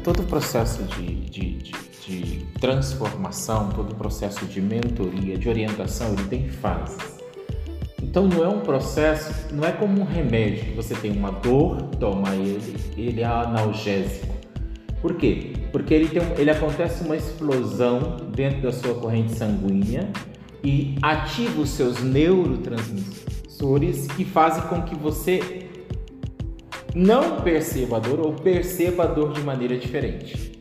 todo o processo de transformação, todo o processo de mentoria, de orientação, ele tem fases. Então não é um processo, não é como um remédio que você tem uma dor, toma ele é analgésico. Por quê? Porque ele acontece uma explosão dentro da sua corrente sanguínea e ativa os seus neurotransmissores que fazem com que você não perceba a dor ou perceba a dor de maneira diferente.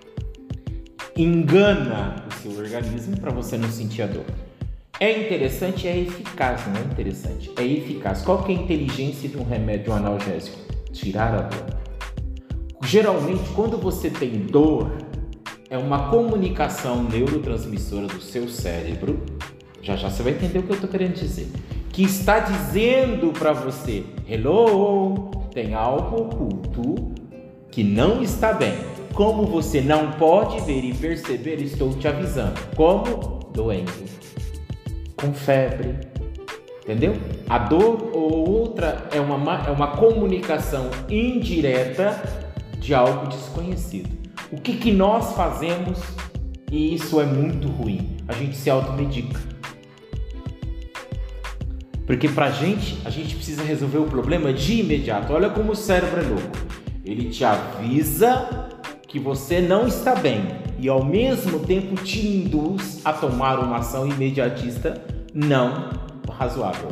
Engana o seu organismo para você não sentir a dor. É interessante, é eficaz, não é interessante, é eficaz. Qual que é a inteligência de um remédio analgésico? Tirar a dor. Geralmente, quando você tem dor, é uma comunicação neurotransmissora do seu cérebro, já você vai entender o que eu estou querendo dizer, que está dizendo para você, hello, tem algo oculto que não está bem. Como você não pode ver e perceber, estou te avisando. Como? Doendo, com febre, entendeu? A dor ou outra é uma comunicação indireta de algo desconhecido. O que nós fazemos, e isso é muito ruim, a gente se automedica. Porque a gente precisa resolver o problema de imediato. Olha como o cérebro é louco. Ele te avisa que você não está bem e ao mesmo tempo te induz a tomar uma ação imediatista não razoável.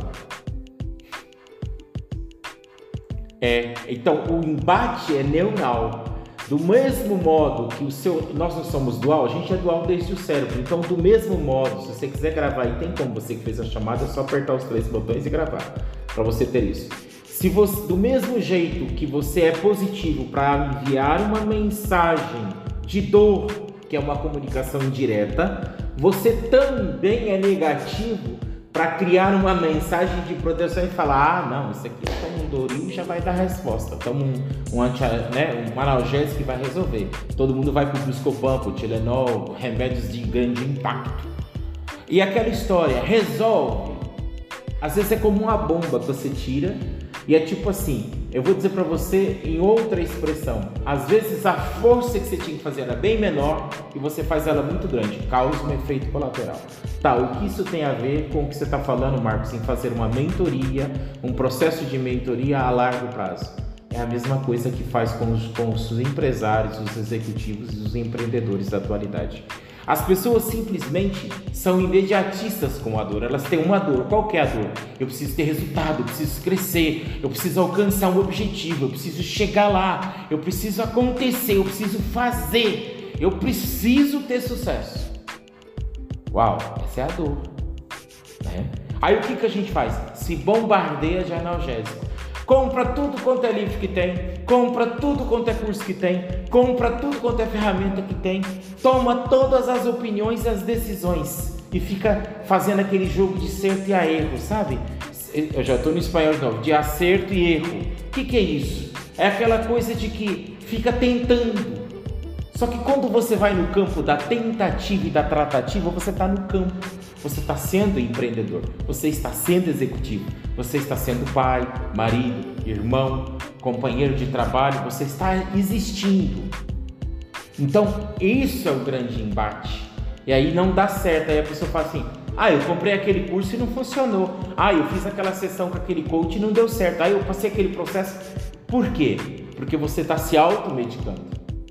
Então o embate é neural. Do mesmo modo que nós não somos dual, a gente é dual desde o cérebro. Então, do mesmo modo, se você quiser gravar, e tem como você que fez a chamada, é só apertar os 3 botões e gravar, para você ter isso. Do mesmo jeito que você é positivo para enviar uma mensagem de dor, que é uma comunicação indireta, você também é negativo para criar uma mensagem de proteção e falar, não, isso aqui é um Doril já vai dar resposta, toma um analgésico que vai resolver. Todo mundo vai para o Buscopan, para o Tilenol, remédios de grande impacto. E aquela história, resolve. Às vezes é como uma bomba que você tira e é tipo assim, eu vou dizer para você em outra expressão, às vezes a força que você tinha que fazer era bem menor e você faz ela muito grande, causa um efeito colateral. Tá, o que isso tem a ver com o que você está falando, Marcos, em fazer uma mentoria, um processo de mentoria a largo prazo? É a mesma coisa que faz com os empresários, os executivos e os empreendedores da atualidade. As pessoas simplesmente são imediatistas com a dor, elas têm uma dor. Qual que é a dor? Eu preciso ter resultado, eu preciso crescer, eu preciso alcançar um objetivo, eu preciso chegar lá, eu preciso acontecer, eu preciso fazer, eu preciso ter sucesso. Uau, essa é a dor, né? Aí o que a gente faz? Se bombardeia de analgésico. Compra tudo quanto é livro que tem, compra tudo quanto é curso que tem, compra tudo quanto é ferramenta que tem, toma todas as opiniões e as decisões e fica fazendo aquele jogo de acerto e erro, sabe? Eu já estou no espanhol de novo, de acerto e erro. O que é isso? É aquela coisa de que fica tentando. Só que quando você vai no campo da tentativa e da tratativa, você está no campo. Você está sendo empreendedor, você está sendo executivo, você está sendo pai, marido, irmão, companheiro de trabalho, você está existindo. Então, isso é o grande embate. E aí não dá certo, aí a pessoa fala assim, eu comprei aquele curso e não funcionou. Eu fiz aquela sessão com aquele coach e não deu certo. Eu passei aquele processo. Por quê? Porque você está se automedicando.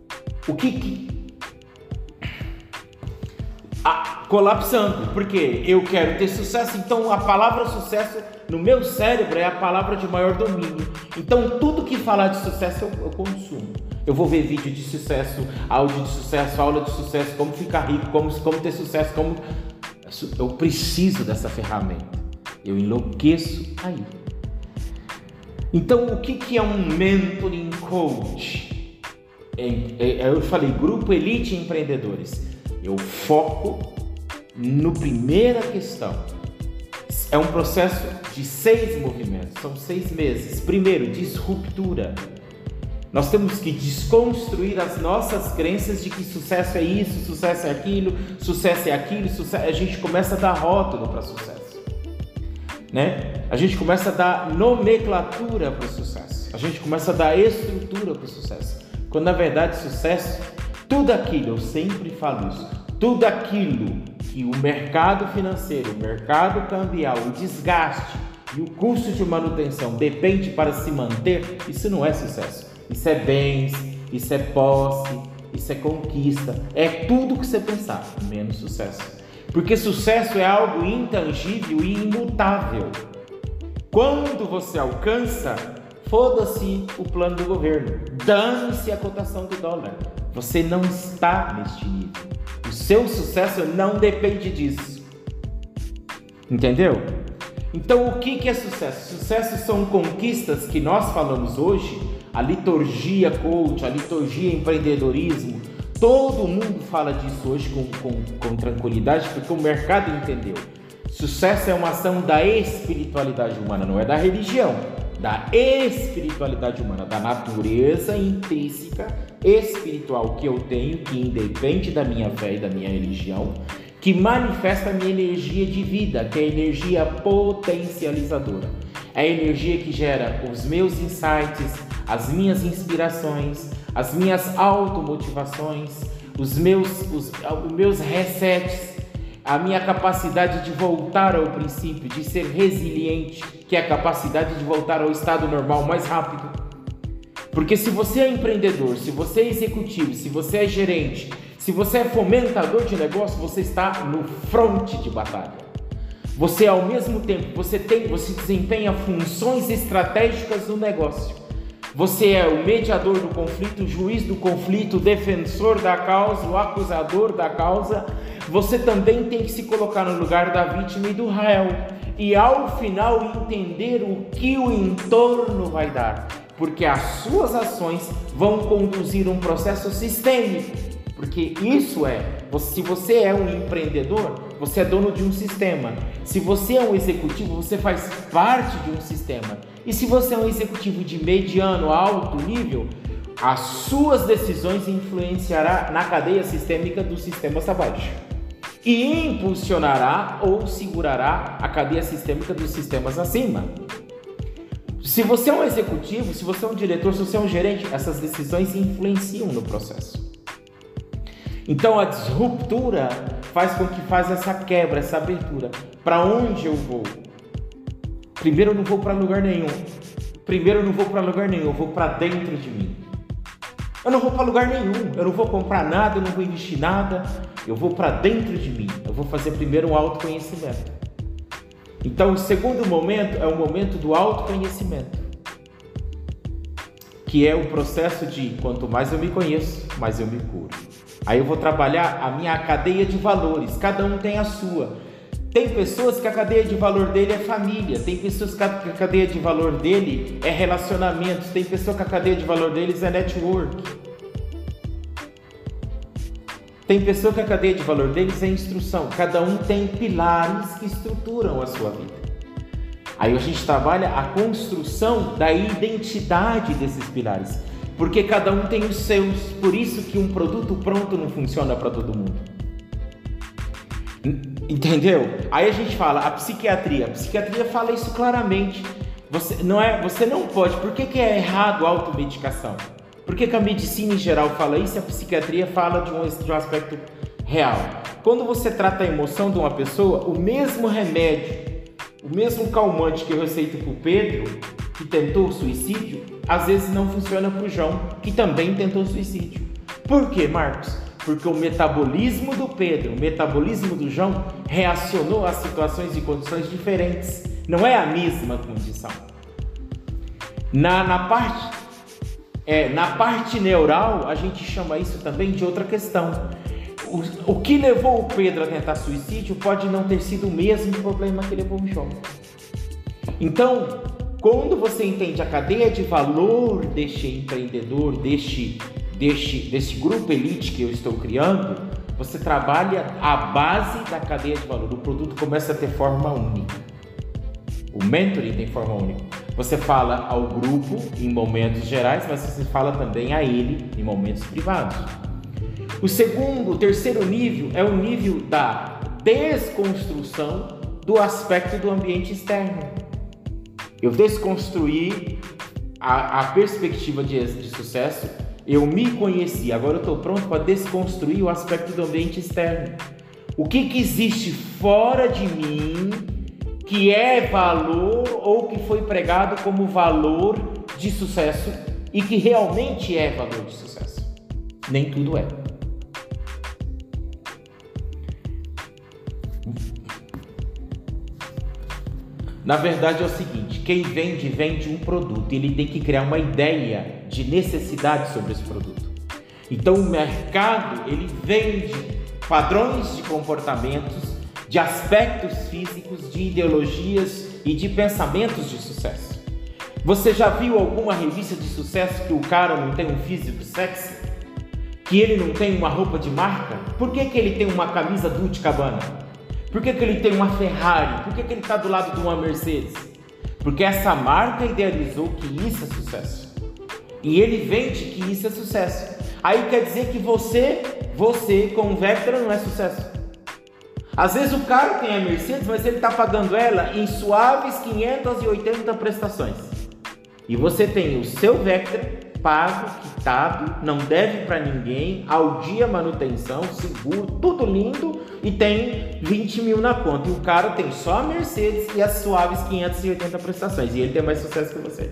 Colapsando, porque eu quero ter sucesso, então a palavra sucesso no meu cérebro é a palavra de maior domínio. Então tudo que falar de sucesso eu consumo. Eu vou ver vídeo de sucesso, áudio de sucesso, aula de sucesso, como ficar rico, como ter sucesso, eu preciso dessa ferramenta. Eu enlouqueço aí. Então o que é um mentoring coach? Eu falei grupo elite empreendedores. Eu foco no primeira questão. É um processo de 6 movimentos, são 6 meses. Primeiro, disruptura. Nós temos que desconstruir as nossas crenças de que sucesso é isso, sucesso é aquilo, a gente começa a dar rótulo para sucesso, né? A gente começa a dar nomenclatura para o sucesso, a gente começa a dar estrutura para o sucesso. Quando na verdade sucesso, tudo aquilo, eu sempre falo isso, tudo aquilo que o mercado financeiro, o mercado cambial, o desgaste e o custo de manutenção depende para se manter, isso não é sucesso. Isso é bens, isso é posse, isso é conquista, é tudo que você pensar, menos sucesso. Porque sucesso é algo intangível e imutável. Quando você alcança, foda-se o plano do governo, dane-se a cotação do dólar. Você não está neste nível. O seu sucesso não depende disso. Entendeu? Então o que é sucesso? Sucesso são conquistas que nós falamos hoje, a liturgia coach, a liturgia empreendedorismo. Todo mundo fala disso hoje com tranquilidade, porque o mercado entendeu. Sucesso é uma ação da espiritualidade humana, não é da religião, da espiritualidade humana, da natureza intrínseca espiritual que eu tenho, que independe da minha fé e da minha religião, que manifesta a minha energia de vida, que é a energia potencializadora. É a energia que gera os meus insights, as minhas inspirações, as minhas automotivações, os meus resets, a minha capacidade de voltar ao princípio, de ser resiliente, que é a capacidade de voltar ao estado normal mais rápido. Porque se você é empreendedor, se você é executivo, se você é gerente, se você é fomentador de negócio, você está no fronte de batalha. Você, ao mesmo tempo, você desempenha funções estratégicas no negócio. Você é o mediador do conflito, o juiz do conflito, o defensor da causa, o acusador da causa. Você também tem que se colocar no lugar da vítima e do réu. E ao final entender o que o entorno vai dar. Porque as suas ações vão conduzir um processo sistêmico. Porque isso se você é um empreendedor, você é dono de um sistema. Se você é um executivo, você faz parte de um sistema. E se você é um executivo de mediano a alto nível, as suas decisões influenciarão na cadeia sistêmica dos sistemas abaixo. E impulsionará ou segurará a cadeia sistêmica dos sistemas acima. Se você é um executivo, se você é um diretor, se você é um gerente, essas decisões influenciam no processo. Então a disruptura faz com que faça essa quebra, essa abertura. Para onde eu vou? Primeiro eu não vou para lugar nenhum. Eu vou para dentro de mim. Eu não vou para lugar nenhum. Eu não vou comprar nada, eu não vou investir nada. Eu vou para dentro de mim. Eu vou fazer primeiro um autoconhecimento. Então o segundo momento é o momento do autoconhecimento, que é o processo de quanto mais eu me conheço, mais eu me curo. Aí eu vou trabalhar a minha cadeia de valores, cada um tem a sua. Tem pessoas que a cadeia de valor dele é família, tem pessoas que a cadeia de valor dele é relacionamentos, tem pessoas que a cadeia de valor deles é network. Tem pessoa que a cadeia de valor deles é instrução. Cada um tem pilares que estruturam a sua vida. Aí a gente trabalha a construção da identidade desses pilares. Porque cada um tem os seus. Por isso que um produto pronto não funciona para todo mundo. Entendeu? Aí a gente fala, a psiquiatria fala isso claramente. Você não pode. Por que é errado a automedicação? Por que a medicina em geral fala isso e a psiquiatria fala de um aspecto real? Quando você trata a emoção de uma pessoa, o mesmo remédio, o mesmo calmante que eu receito para o Pedro, que tentou suicídio, às vezes não funciona para o João, que também tentou suicídio. Por quê, Marcos? Porque o metabolismo do Pedro, o metabolismo do João reacionou a situações e condições diferentes. Não é a mesma condição. Na parte neural, a gente chama isso também de outra questão. O que levou o Pedro a tentar suicídio pode não ter sido o mesmo problema que levou o João. Então, quando você entende a cadeia de valor deste empreendedor, deste grupo elite que eu estou criando, você trabalha a base da cadeia de valor. O produto começa a ter forma única. O mentoring tem forma única. Você fala ao grupo em momentos gerais, mas você fala também a ele em momentos privados. O terceiro nível é o nível da desconstrução do aspecto do ambiente externo. Eu desconstruí a perspectiva de sucesso, Eu me conheci, agora eu estou pronto para desconstruir o aspecto do ambiente externo. O que existe fora de mim que é valor ou que foi pregado como valor de sucesso e que realmente é valor de sucesso? Nem tudo é. Na verdade é o seguinte, quem vende um produto, ele tem que criar uma ideia de necessidade sobre esse produto. Então o mercado, ele vende padrões de comportamentos, de aspectos físicos, de ideologias e de pensamentos de sucesso. Você já viu alguma revista de sucesso que o cara não tem um físico sexy? Que ele não tem uma roupa de marca? Por que ele tem uma camisa Dolce & Gabbana? Por que ele tem uma Ferrari? Por que ele está do lado de uma Mercedes? Porque essa marca idealizou que isso é sucesso. E ele vende que isso é sucesso. Aí quer dizer que você com o Vectra não é sucesso. Às vezes o cara tem a Mercedes, mas ele está pagando ela em suaves 580 prestações. E você tem o seu Vectra pago, quitado, não deve para ninguém, ao dia manutenção, seguro, tudo lindo e tem 20 mil na conta. E o cara tem só a Mercedes e as suaves 580 prestações. E ele tem mais sucesso que você.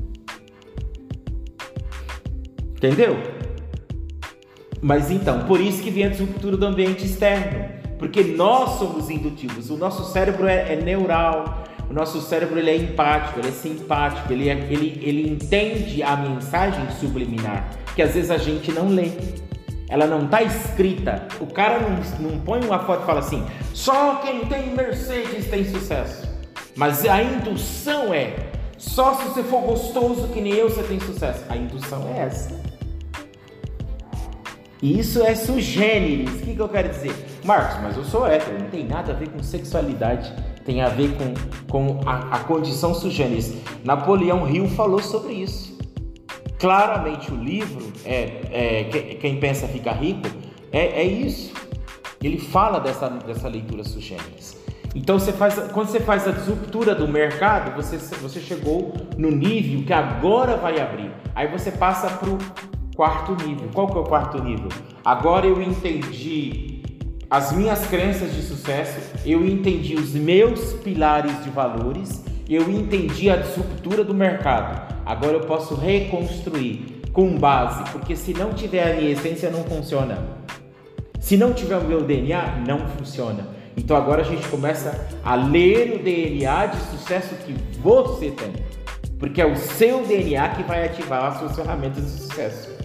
Entendeu? Mas então, por isso que vem a disruptura do ambiente externo. Porque nós somos indutivos. O nosso cérebro é neural. O nosso cérebro ele é empático, ele é simpático, ele entende a mensagem subliminar, que às vezes a gente não lê. Ela não está escrita. O cara não põe uma foto e fala assim, só quem tem Mercedes tem sucesso. Mas a indução é, só se você for gostoso que nem eu, você tem sucesso. A indução é essa. E isso é sui generis. O que eu quero dizer? Marcos, mas eu sou hétero, não tem nada a ver com sexualidade. Tem a ver com a condição sui generis. Napoleão Hill falou sobre isso. Claramente o livro, Quem Pensa Fica Rico, é isso. Ele fala dessa leitura sui generis. Então, quando você faz a disruptura do mercado, você chegou no nível que agora vai abrir. Aí você passa para o quarto nível. Qual que é o quarto nível? Agora eu entendi as minhas crenças de sucesso, eu entendi os meus pilares de valores, eu entendi a disruptura do mercado. Agora eu posso reconstruir com base, porque se não tiver a minha essência, não funciona. Se não tiver o meu DNA, não funciona. Então agora a gente começa a ler o DNA de sucesso que você tem, porque é o seu DNA que vai ativar as suas ferramentas de sucesso.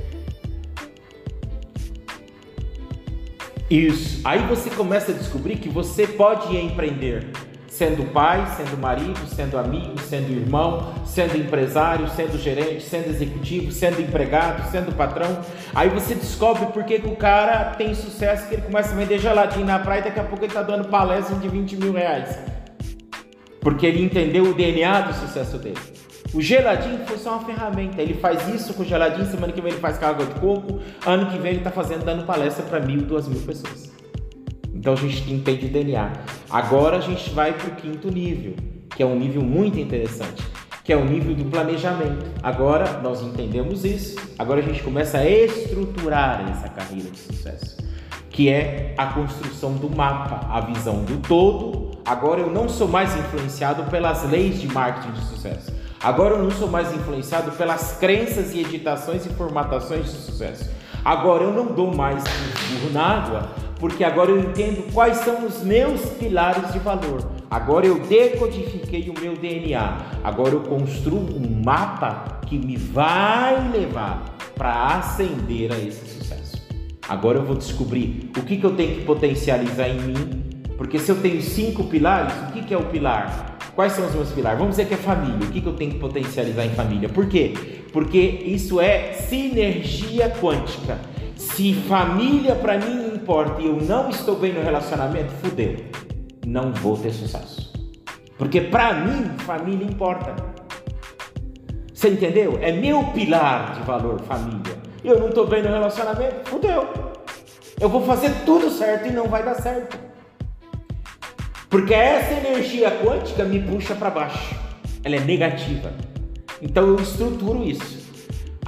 Isso. Aí você começa a descobrir que você pode empreender, sendo pai, sendo marido, sendo amigo, sendo irmão, sendo empresário, sendo gerente, sendo executivo, sendo empregado, sendo patrão. Aí você descobre por que o cara tem sucesso, que ele começa a vender geladinho na praia e daqui a pouco ele está dando palestra de 20 mil reais. Porque ele entendeu o DNA do sucesso dele. O geladinho foi só uma ferramenta. Ele faz isso com o geladinho, semana que vem ele faz com água de coco, ano que vem ele está dando palestra para 1.000, 2.000 pessoas. Então a gente entende o DNA. Agora a gente vai para o quinto nível, que é um nível muito interessante, que é o nível do planejamento. Agora nós entendemos isso, agora a gente começa a estruturar essa carreira de sucesso, que é a construção do mapa, a visão do todo. Agora eu não sou mais influenciado pelas leis de marketing de sucesso. Agora eu não sou mais influenciado pelas crenças e editações e formatações de sucesso. Agora eu não dou mais um burro na água, porque agora eu entendo quais são os meus pilares de valor. Agora eu decodifiquei o meu DNA. Agora eu construo um mapa que me vai levar para ascender a esse sucesso. Agora eu vou descobrir o que eu tenho que potencializar em mim, porque se eu tenho 5 pilares, o que é o pilar? Quais são os meus pilares? Vamos dizer que é família. O que eu tenho que potencializar em família? Por quê? Porque isso é sinergia quântica. Se família para mim importa e eu não estou bem no relacionamento, fudeu. Não vou ter sucesso. Porque para mim, família importa. Você entendeu? É meu pilar de valor, família. Eu não estou bem no relacionamento, fudeu. Eu vou fazer tudo certo e não vai dar certo. Porque essa energia quântica me puxa para baixo. Ela é negativa. Então eu estruturo isso.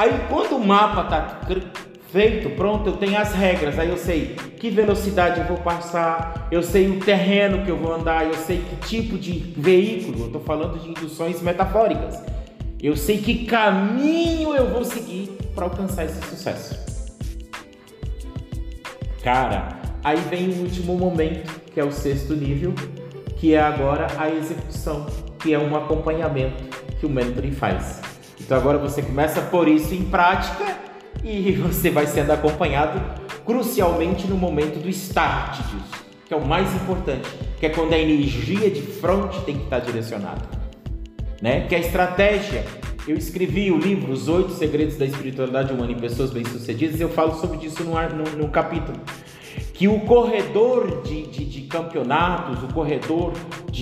Aí quando o mapa está feito, pronto, eu tenho as regras, aí eu sei que velocidade eu vou passar, eu sei o terreno que eu vou andar, eu sei que tipo de veículo, eu estou falando de induções metafóricas, eu sei que caminho eu vou seguir para alcançar esse sucesso. Cara, aí vem o último momento, que é o 6º nível, que é agora a execução, que é um acompanhamento que o mentoring faz. Então agora você começa a pôr isso em prática e você vai sendo acompanhado crucialmente no momento do start disso, que é o mais importante, que é quando a energia de front tem que estar direcionada, né? Que a estratégia, eu escrevi o livro Os 8 Segredos da Espiritualidade Humana em Pessoas Bem-Sucedidas, e eu falo sobre isso no capítulo, que o corredor de campeonatos, o corredor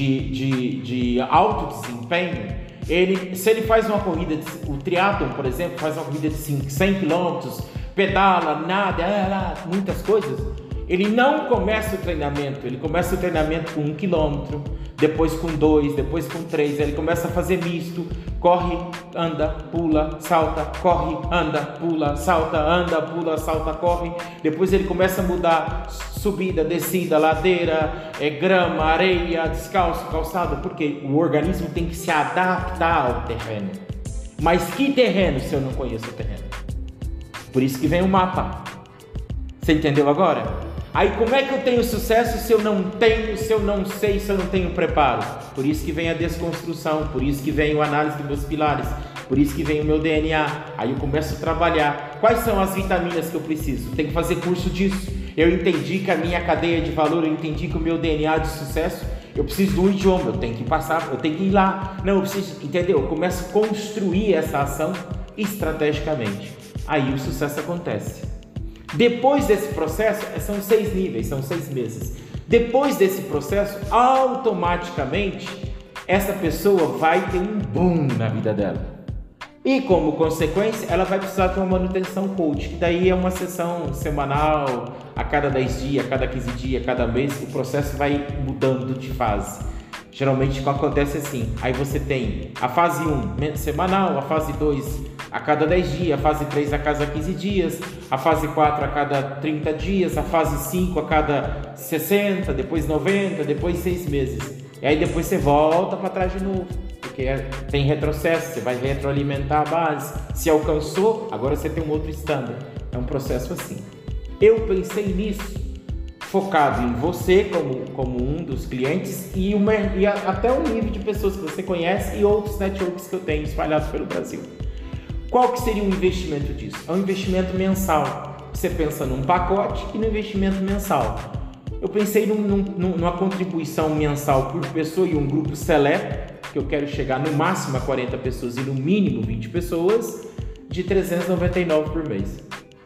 de alto desempenho, se ele faz uma corrida, o triatlon, por exemplo, faz uma corrida de 100 km, pedala, nada, muitas coisas, ele não começa o treinamento, ele começa o treinamento com 1 km, depois com 2, depois com 3, ele começa a fazer misto, corre, anda, pula, salta, corre, anda, pula, salta, anda, pula, salta, corre, depois ele começa a mudar subida, descida, ladeira, grama, areia, descalço, calçado, porque o organismo tem que se adaptar ao terreno. Mas que terreno se eu não conheço o terreno? Por isso que vem o mapa. Você entendeu agora? Aí como é que eu tenho sucesso se eu não tenho, se eu não sei, se eu não tenho preparo? Por isso que vem a desconstrução, por isso que vem a análise dos meus pilares, por isso que vem o meu DNA. Aí eu começo a trabalhar. Quais são as vitaminas que eu preciso? Tenho que fazer curso disso. Eu entendi que a minha cadeia de valor, eu entendi que o meu DNA de sucesso, eu preciso do idioma, eu tenho que passar, eu tenho que ir lá. Não, eu preciso, entendeu? Eu começo a construir essa ação estrategicamente. Aí o sucesso acontece. Depois desse processo, são 6 níveis, são 6 meses. Depois desse processo, automaticamente, essa pessoa vai ter um boom na vida dela. E como consequência, ela vai precisar de uma manutenção coach, que daí é uma sessão semanal, a cada 10 dias, a cada 15 dias, a cada mês, o processo vai mudando de fase. Geralmente acontece assim, aí você tem a fase 1 semanal, a fase 2 a cada 10 dias, a fase 3 a cada 15 dias, a fase 4 a cada 30 dias, a fase 5 a cada 60, depois 90, depois 6 meses. E aí depois você volta para trás de novo, porque tem retrocesso, você vai retroalimentar a base. Se alcançou, agora você tem um outro standard. É um processo assim. Eu pensei nisso, focado em você como um dos clientes e até um nível de pessoas que você conhece e outros networks que eu tenho espalhados pelo Brasil. Qual que seria o investimento disso? É um investimento mensal. Você pensa num pacote e no investimento mensal. Eu pensei numa contribuição mensal por pessoa e um grupo seleto, que eu quero chegar no máximo a 40 pessoas e no mínimo 20 pessoas, de R$399 por mês.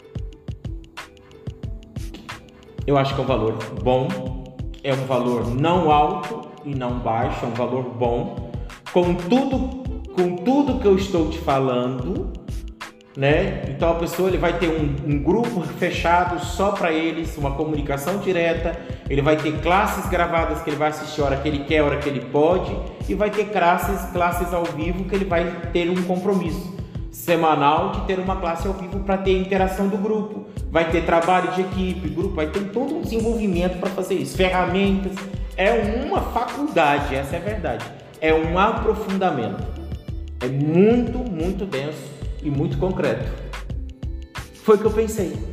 Eu acho que é um valor bom, é um valor não alto e não baixo, é um valor bom, com tudo que eu estou te falando, né? Então a pessoa, ele vai ter um grupo fechado só para eles, uma comunicação direta, ele vai ter classes gravadas que ele vai assistir a hora que ele quer, a hora que ele pode, e vai ter classes ao vivo que ele vai ter um compromisso semanal de ter uma classe ao vivo para ter interação do grupo, vai ter trabalho de equipe, grupo, vai ter todo um desenvolvimento para fazer isso, ferramentas, é uma faculdade, essa é a verdade, é um aprofundamento, é muito, muito denso e muito concreto. Foi o que eu pensei.